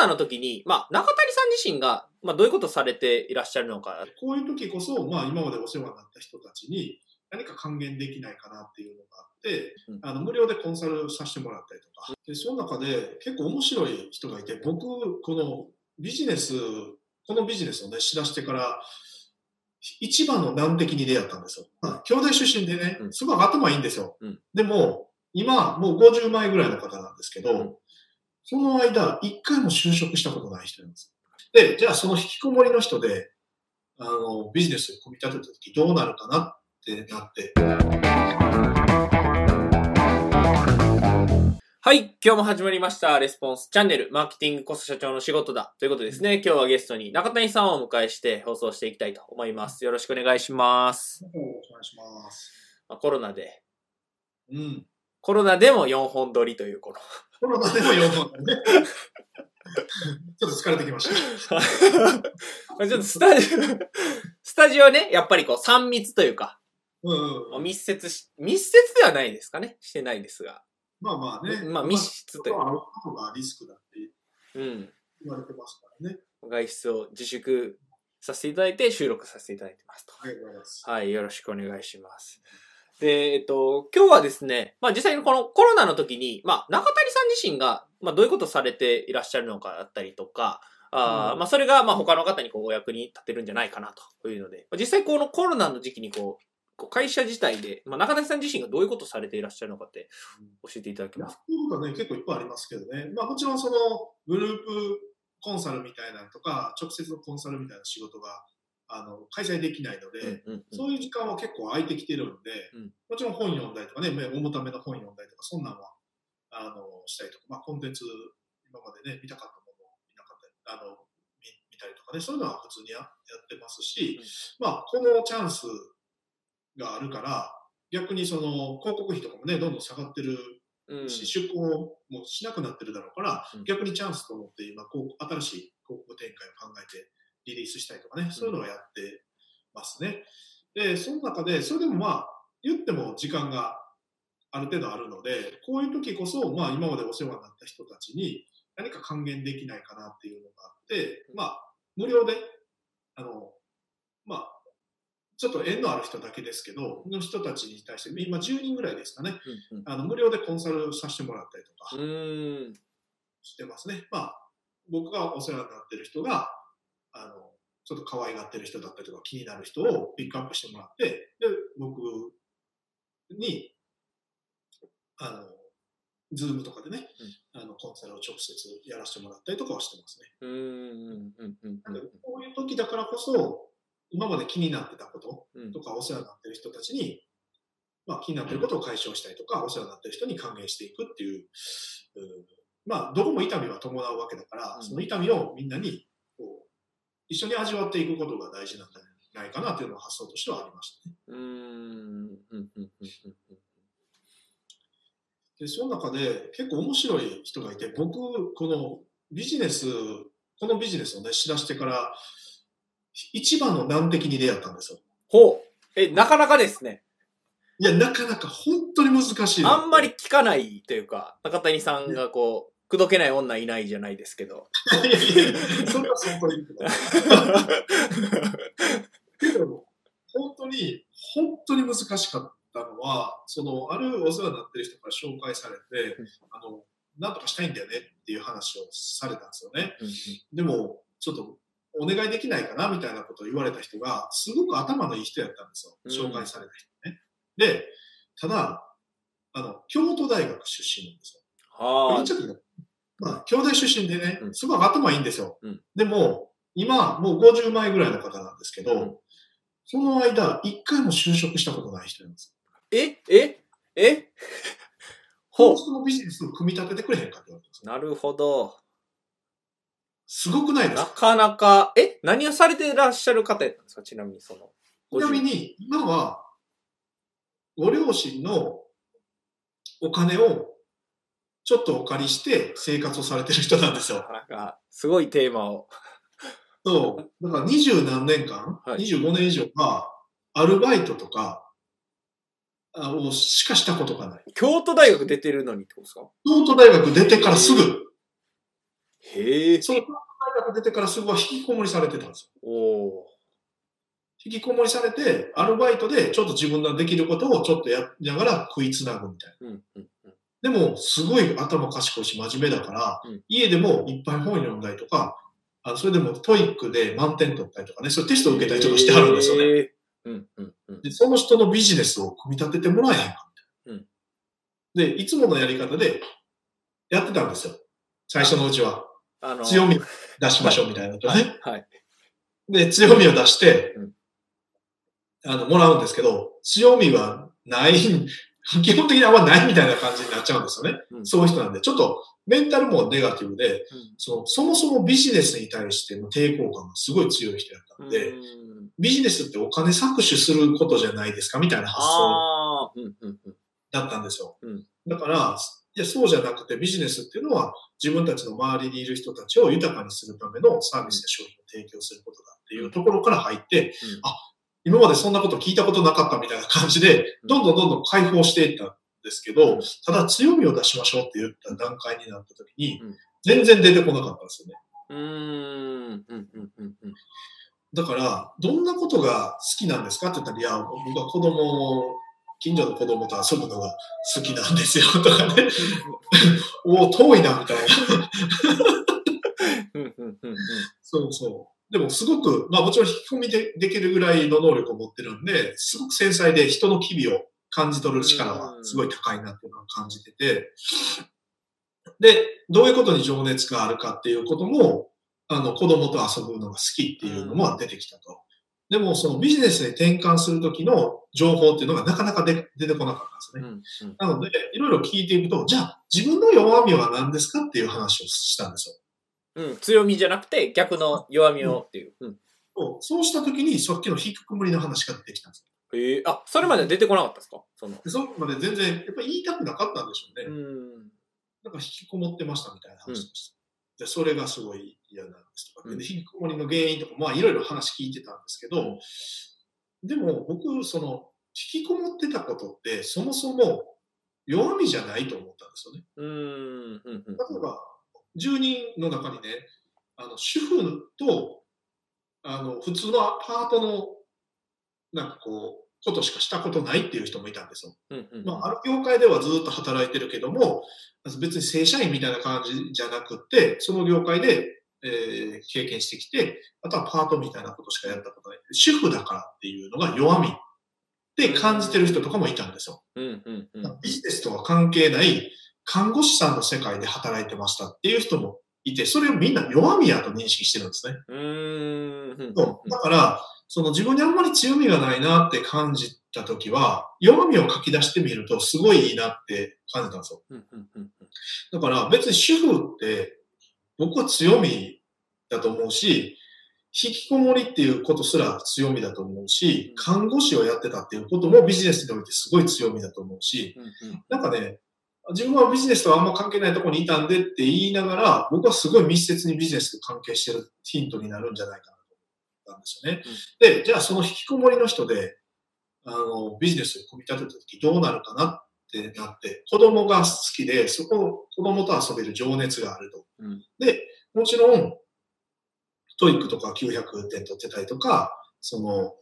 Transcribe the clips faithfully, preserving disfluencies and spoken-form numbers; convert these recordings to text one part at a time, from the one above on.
ナの時に、まあ、中谷さん自身が、まあ、どういうことをされていらっしゃるのか。 こういう時こそ、まあ、今までお世話になった人たちに何か還元できないかなっていうのがあって、うん、あの無料でコンサルさせてもらったりとか、でその中で結構面白い人がいて、僕、このビジネス、このビジネスをね、しだしてから、一番の難敵に出会ったんですよ。まあ、兄弟出身でね、すごい頭いいんですよ。うん、でも、今、もうごじゅうまいぐらいの方なんですけど、うん、その間、一回も就職したことない人なんです。で、じゃあその引きこもりの人で、あの、ビジネスを組み立てたときどうなるかなってなって。 はい。今日も始まりました。レスポンスチャンネル。マーケティングこそ社長の仕事だ。ということですね。今日はゲストに中谷さんをお迎えして放送していきたいと思います。よろしくお願いします。 よろしくお願いします。 まあ、コロナで。 うん。 コロナでもよんほん撮りというこの。 コロナでもよんほん撮りね。ちょっと疲れてきました。 ちょっとスタジオ、スタジオね、やっぱりこうさん密というか、 うんうん、 密接し、密接ではないですかね。してないですが。 まあまあね。 まあ密室というか。 まあ、あるがリスクだって言われてますからね。 うん、外出を自粛させていただいて収録させていただいてますと。 ありがとうございます。 はい、よろしくお願いします。で、えっと、今日はですね、まあ実際にこのコロナの時に、まあ中谷さん自身が、まあどういうことをされていらっしゃるのかだったりとか、あうん、まあそれがまあ他の方にこうお役に立てるんじゃないかなというので、実際このコロナの時期にこう、こう会社自体で、まあ中谷さん自身がどういうことをされていらっしゃるのかって教えていただけますか？ そうかね、結構いっぱいありますけどね。まあもちろんそのグループコンサルみたいなのとか、直接のコンサルみたいな仕事があの開催できないので、うんうんうん、そういう時間は結構空いてきてるんで、うん、もちろん本読んだりとかね、重ための本読んだりとか、そんなのはあのしたりとか、まあ、コンテンツ、今までね、見たかったものを見なかったり、あの 見, 見たりとかね、そういうのは普通に や, やってますし、うん、まあ、このチャンスがあるから、逆にその広告費とかもね、どんどん下がってるし、うん、出向もしなくなってるだろうから、うん、逆にチャンスと思って、今、こう新しい広告展開を考えて、リリースしたりとかね、そういうのをやってますね。で、その中で、それでもまあ、言っても時間がある程度あるので、こういう時こそ、まあ今までお世話になった人たちに何か還元できないかなっていうのがあって、まあ、無料で、あの、まあ、ちょっと縁のある人だけですけど、の人たちに対して、今じゅうにんぐらいですかね、うんうん、あの無料でコンサルさせてもらったりとかしてますね。まあ、僕がお世話になってる人が、あの、ちょっと可愛がってる人だったりとか気になる人をピックアップしてもらって、で、僕に、あの、ズームとかでね、うん、あの、コンサルを直接やらせてもらったりとかはしてますね。 うんうんうんうん、 こういう時だからこそ、今まで気になってたこととか、お世話になってる人たちに、まあ、気になってることを解消したりとか、お世話になってる人に還元していくっていう、うん、まあ、どこも痛みは伴うわけだから、うん、その痛みをみんなに、一緒に味わっていくことが大事なんじゃないかなというのが発想としてはありましたね。 うーんで、その中で結構面白い人がいて、僕、このビジネス、このビジネスをね、しだしてから、一番の難敵に出会ったんですよ。 ほう。え、なかなかですね。 いや、なかなか本当に難しい。 あんまり聞かないというか、中谷さんがこう、口説けない女いないじゃないですけど。 いやいや、それは相当いいけど。けど、本当に、本当に難しかったのは、その、あるお世話になってる人から紹介されて、あの、なんとかしたいんだよねっていう話をされたんですよね。でも、ちょっと、お願いできないかなみたいなことを言われた人が、すごく頭のいい人やったんですよ。紹介された人ね。で、ただ、あの、京都大学出身なんですよ。 はあ。 まあ、京大出身でね、すごい頭いいんですよ。うん、でも、今、もうごじゅうまいぐらいの方なんですけど、うん、その間、一回も就職したことない人なんです。 えええほう。そのビジネスを組み立ててくれへんかって言われてます。 なるほど。 すごくないですか？ なかなか、え何をされていらっしゃる方やったんですか？ちなみにその。 ちなみに、今は、ご両親のお金をちょっとお借りして生活をされてる人なんですよ。 なんか、すごいテーマを。 そう。だから二十何年間、はい、にじゅうごねん以上は、アルバイトとかをしかしたことがない。 京都大学出てるのにってことですか？ 京都大学出てからすぐ。 へえ。 その大学出てからすぐは引きこもりされてたんですよ。お引きこもりされて、アルバイトでちょっと自分ができることをちょっとやりながら食いつなぐみたいな。うんうんうん、でも、すごい頭賢いし真面目だから、うん、家でもいっぱい本読んだりとか、あのそれでもトイックで満点取ったりとかね、そういうテストを受けたりとかしてはるんですよね。うんうんうん、でその人のビジネスを組み立ててもらえへんかみたいな、うん。で、いつものやり方でやってたんですよ。最初のうちは。あのー、強みを出しましょうみたいなとね、はいはい。で、強みを出して、うん、あの、もらうんですけど、強みはない、基本的にあんまないみたいな感じになっちゃうんですよね。うん、そういう人なんで、ちょっとメンタルもネガティブで、うん、その、そもそもビジネスに対しての抵抗感がすごい強い人だったので、ビジネスってお金搾取することじゃないですかみたいな発想だったんですよ。うん、だから、いや、そうじゃなくてビジネスっていうのは自分たちの周りにいる人たちを豊かにするためのサービスや商品を提供することだっていうところから入って、うん、あ、今までそんなこと聞いたことなかったみたいな感じで、どんどんどんどん解放していったんですけど、ただ強みを出しましょうって言った段階になった時に、全然出てこなかったんですよね。うーんうんうんうんうん、だから、どんなことが好きなんですかって言ったら、いや、僕は子供、近所の子供と遊ぶのが好きなんですよとかね。おお、遠いな、みたいな。そうそう。でもすごく、まあもちろん引き込みでできるぐらいの能力を持ってるんで、すごく繊細で人の機微を感じ取る力はすごい高いなっていうのを感じてて、で、どういうことに情熱があるかっていうことも、あの、子供と遊ぶのが好きっていうのも出てきたと。でも、そのビジネスに転換するときの情報っていうのがなかなかで出てこなかったんですね。うんうん、なので、いろいろ聞いていくと、じゃあ、自分の弱みは何ですかっていう話をしたんですよ。 うん、強みじゃなくて逆の弱みをっていう。うん、 そう、そうしたときに、さっきの引きこもりの話が出てきたんですよ。へえ、あ、それまで出てこなかったですか？ その。そこまで全然、やっぱり言いたくなかったんでしょうね。うん。なんか引きこもってましたみたいな話でした。うん、で、それがすごい嫌なんですとか、うん、で引きこもりの原因とか、まあいろいろ話聞いてたんですけど、でも僕、その、引きこもってたことって、そもそも弱みじゃないと思ったんですよね。うんうんうん、例えば、じゅうにんの中にね、あの主婦とあの普通のパートのなんかこう、ことしかしたことないっていう人もいたんですよ。うんうんうん、まあ、ある業界ではずっと働いてるけども、別に正社員みたいな感じじゃなくって、その業界で、えー、経験してきて、あとはパートみたいなことしかやったことない。主婦だからっていうのが弱みって感じてる人とかもいたんですよ。うんうんうん、ビジネスとは関係ない看護師さんの世界で働いてましたっていう人もいて、それをみんな弱みやと認識してるんですね。うーんそうだから、その自分にあんまり強みがないなって感じたときは、弱みを書き出してみるとすごいいいなって感じたんですよ。だから別に主婦って僕は強みだと思うし、引きこもりっていうことすら強みだと思うし、看護師をやってたっていうこともビジネスにおいてすごい強みだと思うし、なんかね、自分はビジネスとはあんま関係ないところにいたんでって言いながら、僕はすごい密接にビジネスと関係してるヒントになるんじゃないかなと思ったんですよね。うん、で、じゃあその引きこもりの人で、あの、ビジネスを組み立てた時どうなるかなってなって、子供が好きで、そこ、子供と遊べる情熱があると。うん、で、もちろん、トイックとかきゅうひゃくてん取ってたりとか、その、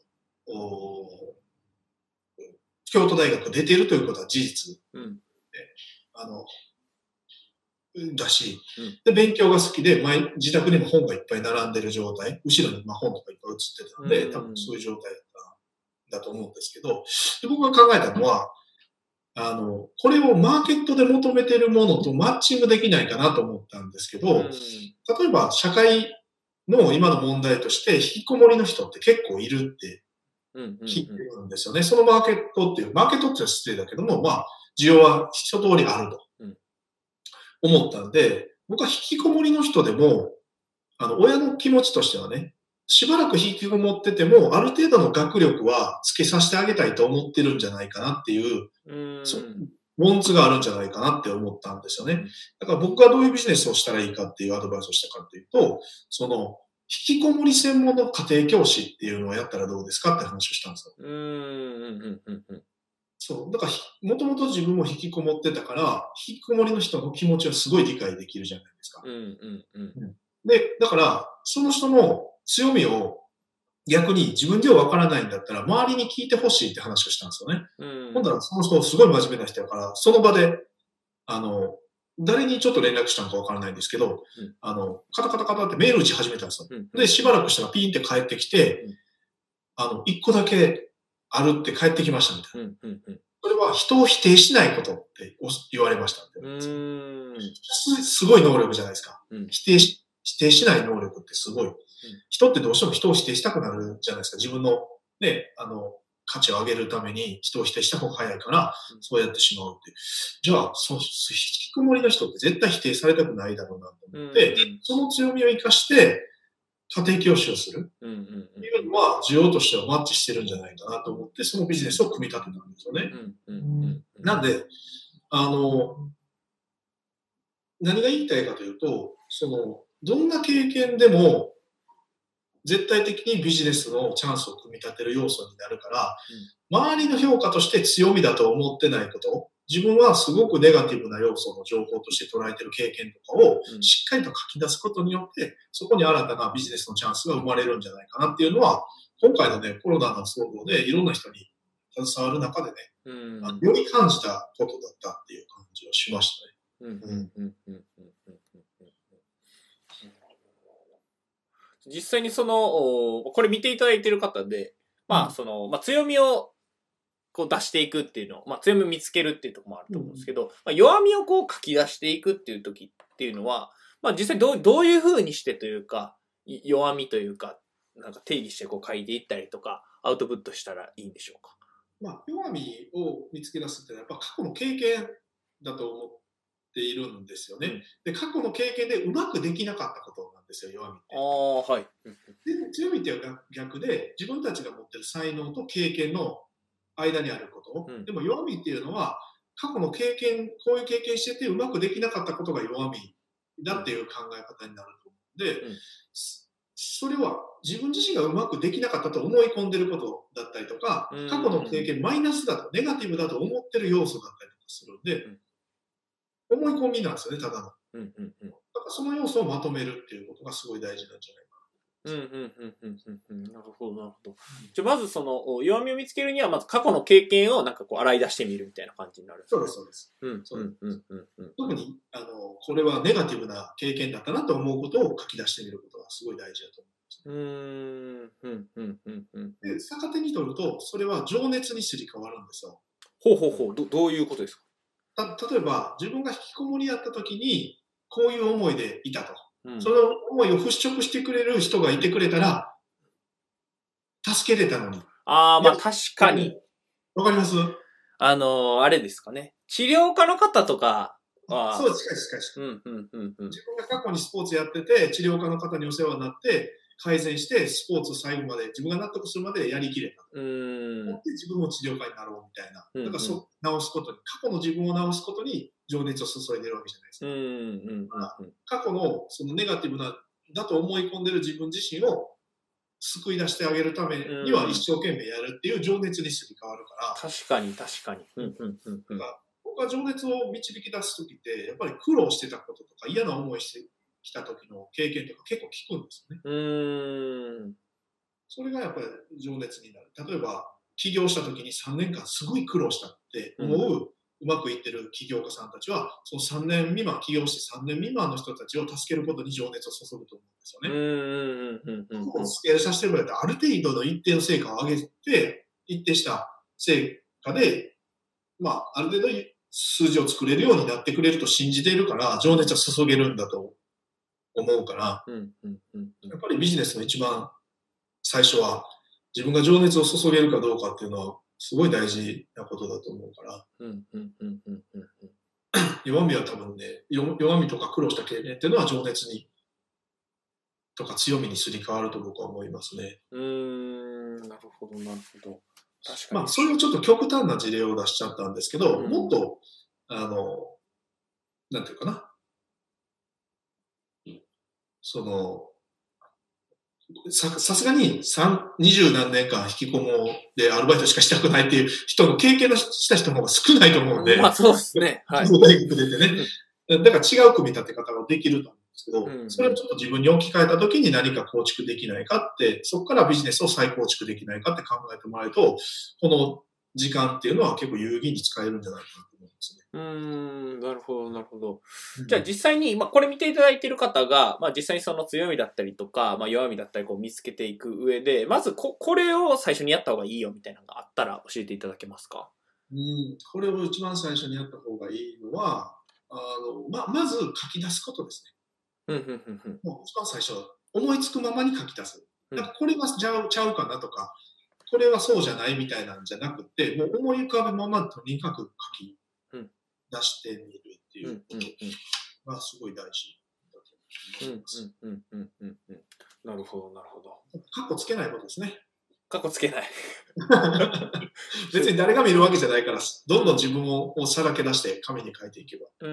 京都大学出ているということは事実。うんあの、だし、うん、で、勉強が好きで、前、自宅にも本がいっぱい並んでる状態、後ろにまあ本とかいっぱい写ってたので、多分そういう状態だったんだと思うんですけど、で僕が考えたのは、あの、これをマーケットで求めてるものとマッチングできないかなと思ったんですけど、例えば社会の今の問題として、引きこもりの人って結構いるって聞いてるんですよね。そのマーケットっていう、マーケットって失礼だけども、まあ、需要は一通りあると思ったんで、僕は引きこもりの人でも、あの、親の気持ちとしてはね、しばらく引きこもってても、ある程度の学力はつけさせてあげたいと思ってるんじゃないかなっていう、うん文通があるんじゃないかなって思ったんですよね。だから僕がどういうビジネスをしたらいいかっていうアドバイスをしたかっていうと、その、引きこもり専門の家庭教師っていうのをやったらどうですかって話をしたんですよ。うんうんうんうんそう。だから、もともと自分も引きこもってたから、引きこもりの人の気持ちはすごい理解できるじゃないですか。 うんうんうん。 で、だから、その人の強みを逆に自分では分からないんだったら、周りに聞いてほしいって話をしたんですよね。うん、今度はその人すごい真面目な人だから、その場で、あの、誰にちょっと連絡したのか分からないんですけど、うん、あの、カタカタカタってメール打ち始めたんですよ。うん、で、しばらくしたらピーンって帰ってきて、うん、あの、一個だけあるって帰ってきましたみたいな。うんうんうん、それは人を否定しないことって言われましたって言われます。うん、すごい能力じゃないですか。うん、否定し、否定しない能力ってすごい。うん、人ってどうしても人を否定したくなるじゃないですか。自分のね、あの、価値を上げるために人を否定した方が早いから、そうやってしまうって。じゃあ、その、引きこもりの人って絶対否定されたくないだろうなと思って、うん、その強みを生かして、家庭教師をするっていうのは、需要としてはマッチしてるんじゃないかなと思って、そのビジネスを組み立てたんですよね。うんうん、なんで、あの、何が言いたいかというと、その、どんな経験でも、絶対的にビジネスのチャンスを組み立てる要素になるから、うん、周りの評価として強みだと思ってないこと、自分はすごくネガティブな要素の情報として捉えている経験とかをしっかりと書き出すことによって、そこに新たなビジネスのチャンスが生まれるんじゃないかなっていうのは、今回のね、コロナの騒動でいろんな人に携わる中でね、うん、より感じたことだったっていう感じはしましたね。うんうんうんうん実際にその、これ見ていただいている方で、まあ、その、まあ、強みをこう出していくっていうのを、まあ、強みを見つけるっていうところもあると思うんですけど、まあ、弱みをこう書き出していくっていう時っていうのは、まあ、実際どう、どういう風にしてというか、弱みというか、なんか定義してこう書いていったりとか、アウトプットしたらいいんでしょうか。 まあ、弱みを見つけ出すってのは、やっぱ過去の経験だと思っているんですよね。うん、で、過去の経験でうまくできなかったことなんですよ、弱みって。 ああ、はい。 で、強みっていうのは逆で、自分たちが持ってる才能と経験の間にあること。うん、でも弱みっていうのは、過去の経験、こういう経験しててうまくできなかったことが弱みだっていう考え方になると思うので、うん、それは自分自身がうまくできなかったと思い込んでることだったりとか、うん、過去の経験マイナスだと、ネガティブだと思ってる要素だったりとかするんで、うん、思い込みなんですよね、ただの。うんうんうん、だからその要素をまとめるっていうことがすごい大事なんじゃないかな。 うんうんうんうんうんなるほどなるほど。じゃあまずその弱みを見つけるにはまず過去の経験をなんかこう洗い出してみるみたいな感じになる。 そうですそうです。うんうんうんうん特にあのこれはネガティブな経験だったなと思うことを書き出してみることがすごい大事だと思います。うんうんうんうんうん。で逆手に取るとそれは情熱にすり替わるんですよ。 ほうほうほうどどういうことですか。た例えば自分が引きこもりやった時にこういう思いでいたと。うん、その思いを払拭してくれる人がいてくれたら、助けれたのに。 ああ、まあ確かに。 わかります？ あのー、あれですかね。治療家の方とかは。そう、近い近い近い。うんうんうんうん。自分が過去にスポーツやってて、治療家の方にお世話になって、改善して、スポーツ最後まで、自分が納得するまでやりきれた。うん。で自分も治療家になろうみたいな。だからそ、直すことに、過去の自分を直すことに情熱を注いでるわけじゃないですか。うんうんうん、過去のそのネガティブな、だと思い込んでる自分自身を救い出してあげるためには一生懸命やるっていう情熱にすり替わるから。 確かに確かに。うんうんうんうん、 僕は情熱を導き出すときって、やっぱり苦労してたこととか嫌な思いしてきた時の経験とか結構聞くんですよね。うーんそれがやっぱり情熱になる。例えば、起業した時にさんねんかんすごい苦労したって思う、うん、うまくいってる起業家さんたちは、そのさんねん未満、起業してさんねん未満の人たちを助けることに情熱を注ぐと思うんですよね。うんうんうんうん。スケールさせてもらって、ある程度の一定の成果を上げて、一定した成果で、まあ、ある程度数字を作れるようになってくれると信じているから、情熱は注げるんだと思うから、うんうんうんうん、やっぱりビジネスの一番最初は自分が情熱を注げるかどうかっていうのはすごい大事なことだと思うから、うんうんうんうんうん、弱みは多分ね、弱みとか苦労した経験っていうのは情熱にとか強みにすり替わると僕は思いますね。 うーん、なるほどなるほど。 確かに。まあそれをちょっと極端な事例を出しちゃったんですけど、うん、もっとあのなんていうかな、そのさ、さすがに三、二十何年間引きこもでアルバイトしかしたくないっていう人の経験のした人の方が少ないと思うんで。 まあそうですね。はい。 大学出てね。だから違う組み立て方ができると思うんですけど、うん、それをちょっと自分に置き換えたときに何か構築できないかって、そこからビジネスを再構築できないかって考えてもらえると、この時間っていうのは結構有意義に使えるんじゃないかなと思うんですね。 うーん、なるほど、なるほど。じゃあ実際に、まあこれ見ていただいている方が、まあ実際にその強みだったりとか、まあ弱みだったりこう見つけていく上で、まずこ、これを最初にやった方がいいよみたいなのがあったら教えていただけますか？ うん、これを一番最初にやった方がいいのは、あの、ま、まず書き出すことですね。うん、うん、うん。 もう一番最初、思いつくままに書き出す。だからこれはちゃう、ちゃうかなとか、これはそうじゃないみたいなんじゃなくて、もう思い浮かぶままとにかく書き出してみるっていうことがすごい大事だと思います。 うん、うん、うん、うん、うん。なるほど、なるほど。 カッコつけないことですね。 カッコつけない。 別に誰が見るわけじゃないから、どんどん自分をさらけ出して紙に書いていけば。 うん。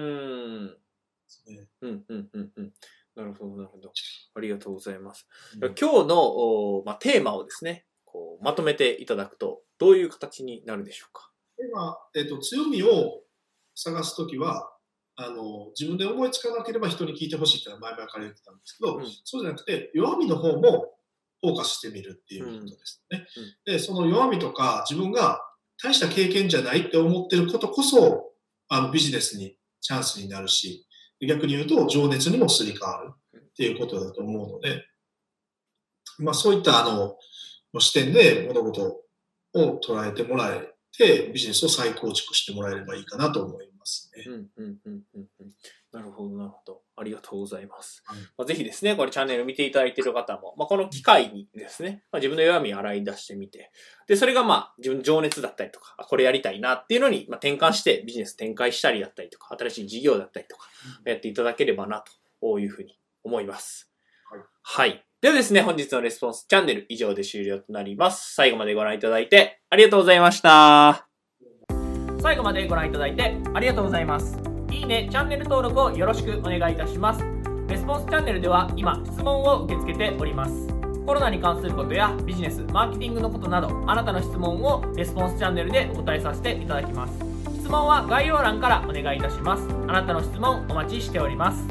ね、うん、うん、うん、うん。なるほど、なるほど。ありがとうございます。うん、今日の、まあ、テーマをですね、こうまとめていただくと、どういう形になるでしょうか？ 今、えっと、強みを探すときは、あの、自分で思いつかなければ人に聞いてほしいっていうのは前々から言ってたんですけど、うん、そうじゃなくて、弱みの方もフォーカスしてみるっていうことですね。うんうん、で、その弱みとか自分が大した経験じゃないって思ってることこそ、あの、ビジネスにチャンスになるし、逆に言うと情熱にもすり替わるっていうことだと思うので、まあそういったあの、視点で物事を捉えてもらえて、ビジネスを再構築してもらえればいいかなと思いますね。 うんうんうんうんうん、なるほど、なるほど。ありがとうございます。はい、まあ、ぜひですね、これチャンネル見ていただいている方も、まあ、この機会にですね、まあ、自分の弱みを洗い出してみて、で、それがまあ自分の情熱だったりとか、これやりたいなっていうのにまあ転換してビジネス展開したりだったりとか、新しい事業だったりとか、やっていただければなというふうに思います。はい。はい。ではですね、本日のレスポンスチャンネル以上で終了となります。最後までご覧いただいてありがとうございました。最後までご覧いただいてありがとうございます。いいね、チャンネル登録をよろしくお願いいたします。レスポンスチャンネルでは今、質問を受け付けております。コロナに関することやビジネス、マーケティングのことなど、あなたの質問をレスポンスチャンネルでお答えさせていただきます。質問は概要欄からお願いいたします。あなたの質問お待ちしております。